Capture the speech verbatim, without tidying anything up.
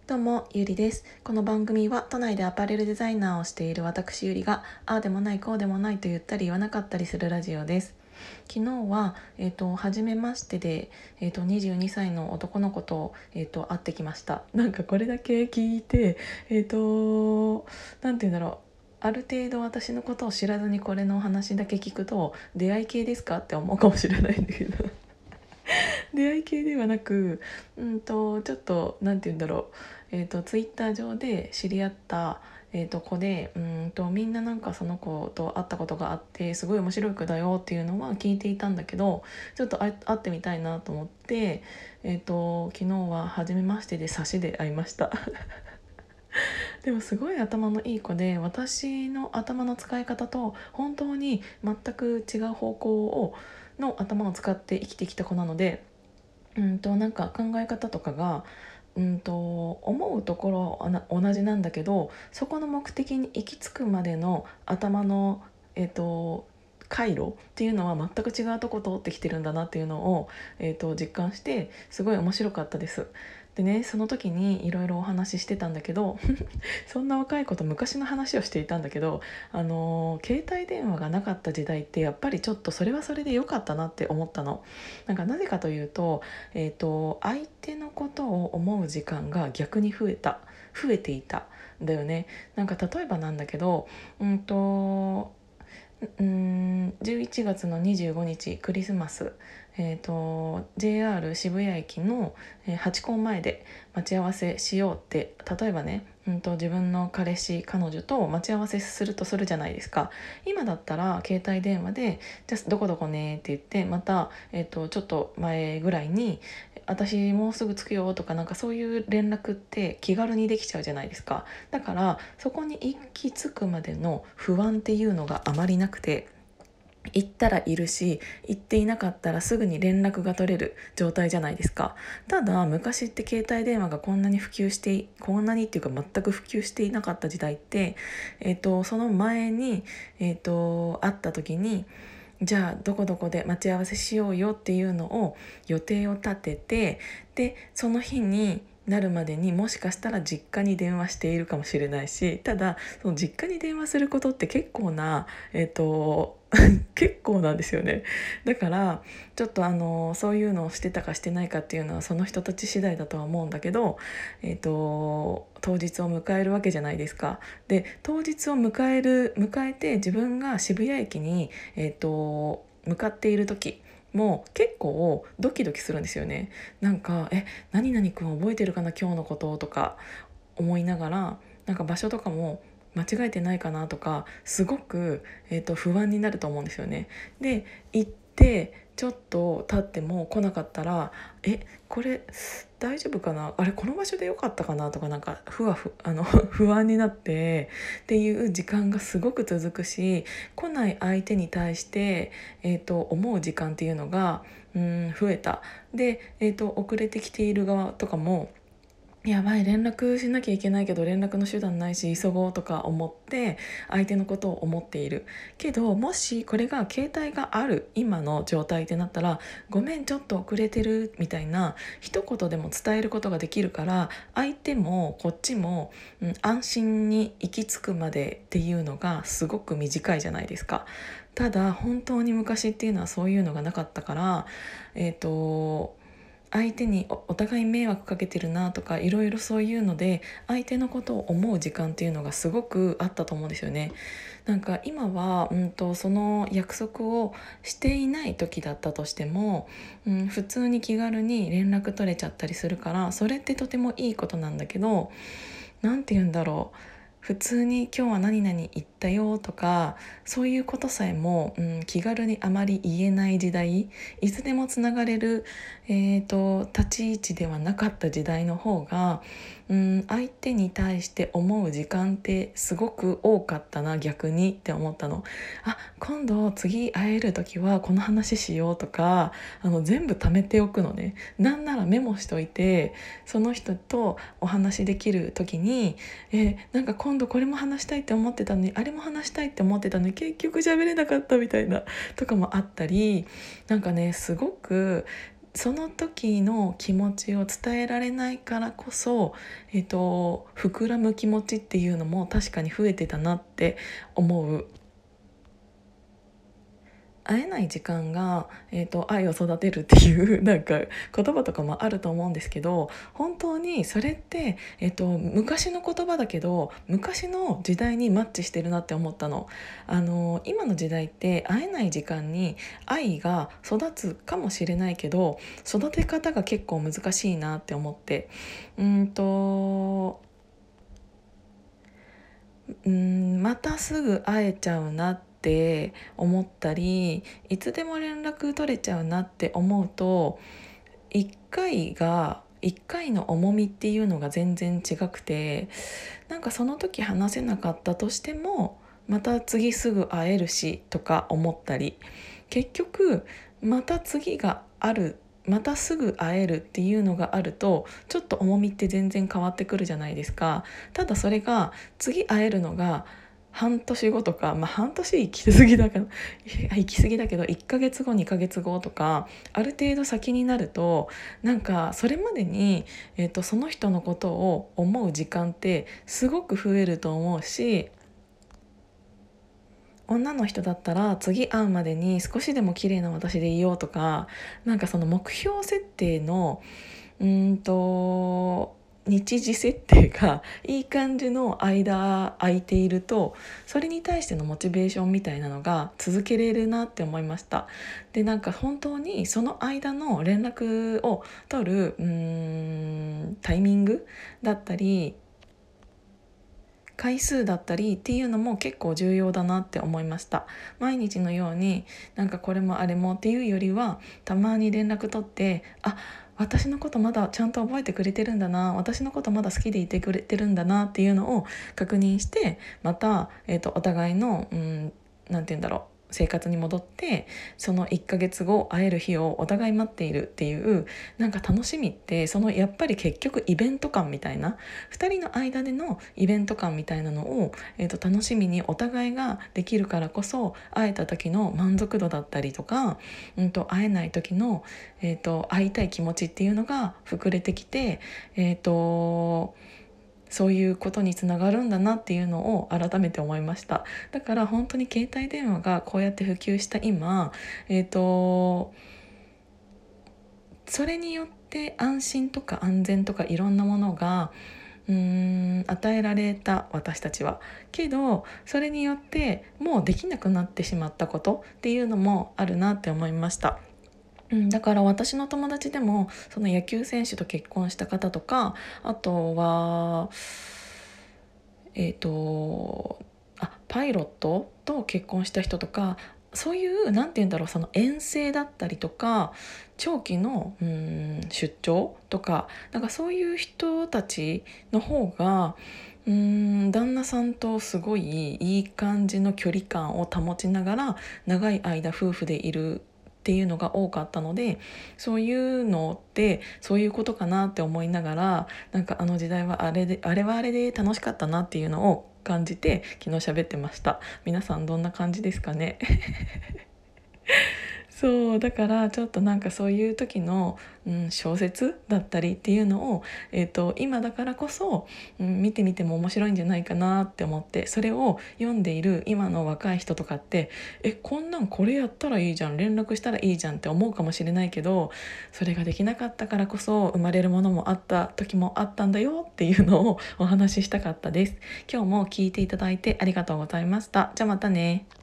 どうも、ゆりです。この番組は都内でアパレルデザイナーをしている私ゆりが、ああでもないこうでもないと言ったり言わなかったりするラジオです。昨日は、えっ、と、初めましてで、えっ、と、にじゅうにさいの男の子と、えっ、と、会ってきました。なんかこれだけ聞いて、えっ、と、なんて言うんだろう。ある程度私のことを知らずにこれの話だけ聞くと、出会い系ですかって思うかもしれないんだけど。出会い系ではなく、うんとちょっとなんて言うんだろう、えーとツイッター上で知り合った、えーと子で、うんとみんななんかその子と会ったことがあってすごい面白い子だよっていうのは聞いていたんだけど、ちょっと会会ってみたいなと思って、えーと昨日は初めましてで差しで会いました。でもすごい頭のいい子で、私の頭の使い方と本当に全く違う方向をの頭を使って生きてきた子なので、うんとなんか考え方とかが、うんと思うところは同じなんだけど、そこの目的に行き着くまでの頭の、えっと回路っていうのは全く違うとこ通ってきてるんだなっていうのを、えー、と実感してすごい面白かったです。でね、その時にいろいろお話ししてたんだけどそんな若い子と昔の話をしていたんだけど、あのー携帯電話がなかった時代ってやっぱりちょっとそれはそれで良かったなって思ったの。なんかなぜかというと、えーと、相手のことを思う時間が逆に増えた増えていたんだよね。なんか例えばなんだけど、うんとうんじゅういちがつのにじゅうごにちクリスマス、えーと、ジェイアール 渋谷駅のハチ公前で待ち合わせしようって、例えばね、うんと自分の彼氏彼女と待ち合わせするとするじゃないですか。今だったら携帯電話でじゃあどこどこねって言って、また、えーとちょっと前ぐらいに私もうすぐ着くよとか、なんかそういう連絡って気軽にできちゃうじゃないですか。だからそこに行き着くまでの不安っていうのがあまりなくて、行ったらいるし、行っていなかったらすぐに連絡が取れる状態じゃないですか。ただ昔って携帯電話がこんなに普及してこんなにっていうか全く普及していなかった時代って、えっとその前に、えっと会った時に、じゃあどこどこで待ち合わせしようよっていうのを予定を立てて、でその日になるまでにもしかしたら実家に電話しているかもしれないし、ただその実家に電話することって結構な、えっと結構なんですよね。だからちょっとあのそういうのをしてたかしてないかっていうのはその人たち次第だとは思うんだけど、えっと当日を迎えるわけじゃないですか。で当日を迎える迎えて自分が渋谷駅に、えっと向かっている時もう結構ドキドキするんですよね。なんかえ何々くん覚えてるかな今日のこととか思いながら、なんか場所とかも間違えてないかなとかすごく、えーと不安になると思うんですよね。で行ってちょっと経っても来なかったら、えこれ大丈夫かな、あれこの場所でよかったかなとか、なんかふわふあの不安になってっていう時間がすごく続くし、来ない相手に対して、えーと思う時間っていうのがうん増えた。で、えーと遅れてきている側とかも、やばい連絡しなきゃいけないけど連絡の手段ないし急ごうとか思って相手のことを思っているけど、もしこれが携帯がある今の状態ってなったら、ごめんちょっと遅れてるみたいな一言でも伝えることができるから、相手もこっちも、うん、安心に行き着くまでっていうのがすごく短いじゃないですか。ただ本当に昔っていうのはそういうのがなかったから、えっと相手にお互い迷惑かけてるなとかいろいろそういうので相手のことを思う時間っていうのがすごくあったと思うんですよね。なんか今は、うんと、その約束をしていない時だったとしても、うん、普通に気軽に連絡取れちゃったりするからそれってとてもいいことなんだけど、なんて言うんだろう、普通に今日は何々言ったよとかそういうことさえも、うん、気軽にあまり言えない時代、いつでもつながれる、えーと、立ち位置ではなかった時代の方が、うん、相手に対して思う時間ってすごく多かったな逆にって思ったの。あ、今度次会える時はこの話しようとか、あの全部貯めておくのね。なんならメモしといて、その人とお話できる時に、えーなんか今度これも話したいって思ってたのにあれも話したいって思ってたのに結局喋れなかったみたいなとかもあったり、なんかねすごくその時の気持ちを伝えられないからこそ、えっと、膨らむ気持ちっていうのも確かに増えてたなって思う。会えない時間が、えーと、愛を育てるっていうなんか言葉とかもあると思うんですけど、本当にそれって、えーと、昔の言葉だけど昔の時代にマッチしてるなって思ったの。あの今の時代って会えない時間に愛が育つかもしれないけど、育て方が結構難しいなって思って、うんとうんまたすぐ会えちゃうなって思ったり、いつでも連絡取れちゃうなって思うと、いっかいがいっかいの重みっていうのが全然違くて、なんかその時話せなかったとしてもまた次すぐ会えるしとか思ったり、結局また次がある、またすぐ会えるっていうのがあるとちょっと重みって全然変わってくるじゃないですか。ただそれが次会えるのが半年後とか、まあ半年行き過ぎだから行き過ぎだけどいっかげつごにかげつごとかある程度先になると、なんかそれまでに、えーと、その人のことを思う時間ってすごく増えると思うし、女の人だったら次会うまでに少しでも綺麗な私でいようとか、なんかその目標設定のうーんと日時設定がいい感じの間空いていると、それに対してのモチベーションみたいなのが続けれるなって思いました。でなんか本当にその間の連絡を取るうーんタイミングだったり回数だったりっていうのも結構重要だなって思いました。毎日のようになんかこれもあれもっていうよりは、たまに連絡取って、あ、私のことまだちゃんと覚えてくれてるんだな、私のことまだ好きでいてくれてるんだなっていうのを確認して、また、えーと、お互いの、うん、なんて言うんだろう、生活に戻って、そのいっかげつご会える日をお互い待っているっていう、なんか楽しみって、そのやっぱり結局イベント感みたいな、ふたりの間でのイベント感みたいなのを、えーと、楽しみにお互いができるからこそ、会えた時の満足度だったりとか、うんと会えない時の、えーと、会いたい気持ちっていうのが膨れてきて、えーとそういうことにつながるんだなっていうのを改めて思いました。だから本当に携帯電話がこうやって普及した今、えーとそれによって安心とか安全とかいろんなものがうーん与えられた私たちは、けどそれによってもうできなくなってしまったことっていうのもあるなって思いました。うん、だから私の友達でもその野球選手と結婚した方とか、あとはえっ、とあパイロットと結婚した人とか、そういうなんて言うんだろう、その遠征だったりとか長期のうーん出張とか、なんかそういう人たちの方がうーん旦那さんとすごいいい感じの距離感を保ちながら長い間夫婦でいるっていうのが多かったので、そういうのってそういうことかなって思いながら、なんかあの時代はあれであれはあれで楽しかったなっていうのを感じて昨日喋ってました。皆さんどんな感じですかね。そうだからちょっとなんかそういう時の、うん、小説だったりっていうのを、えーと、今だからこそ、うん、見てみても面白いんじゃないかなって思って、それを読んでいる今の若い人とかって、えこんなんこれやったらいいじゃん、連絡したらいいじゃんって思うかもしれないけど、それができなかったからこそ生まれるものもあった時もあったんだよっていうのをお話ししたかったです。今日も聞いていただいてありがとうございました。じゃあまたね。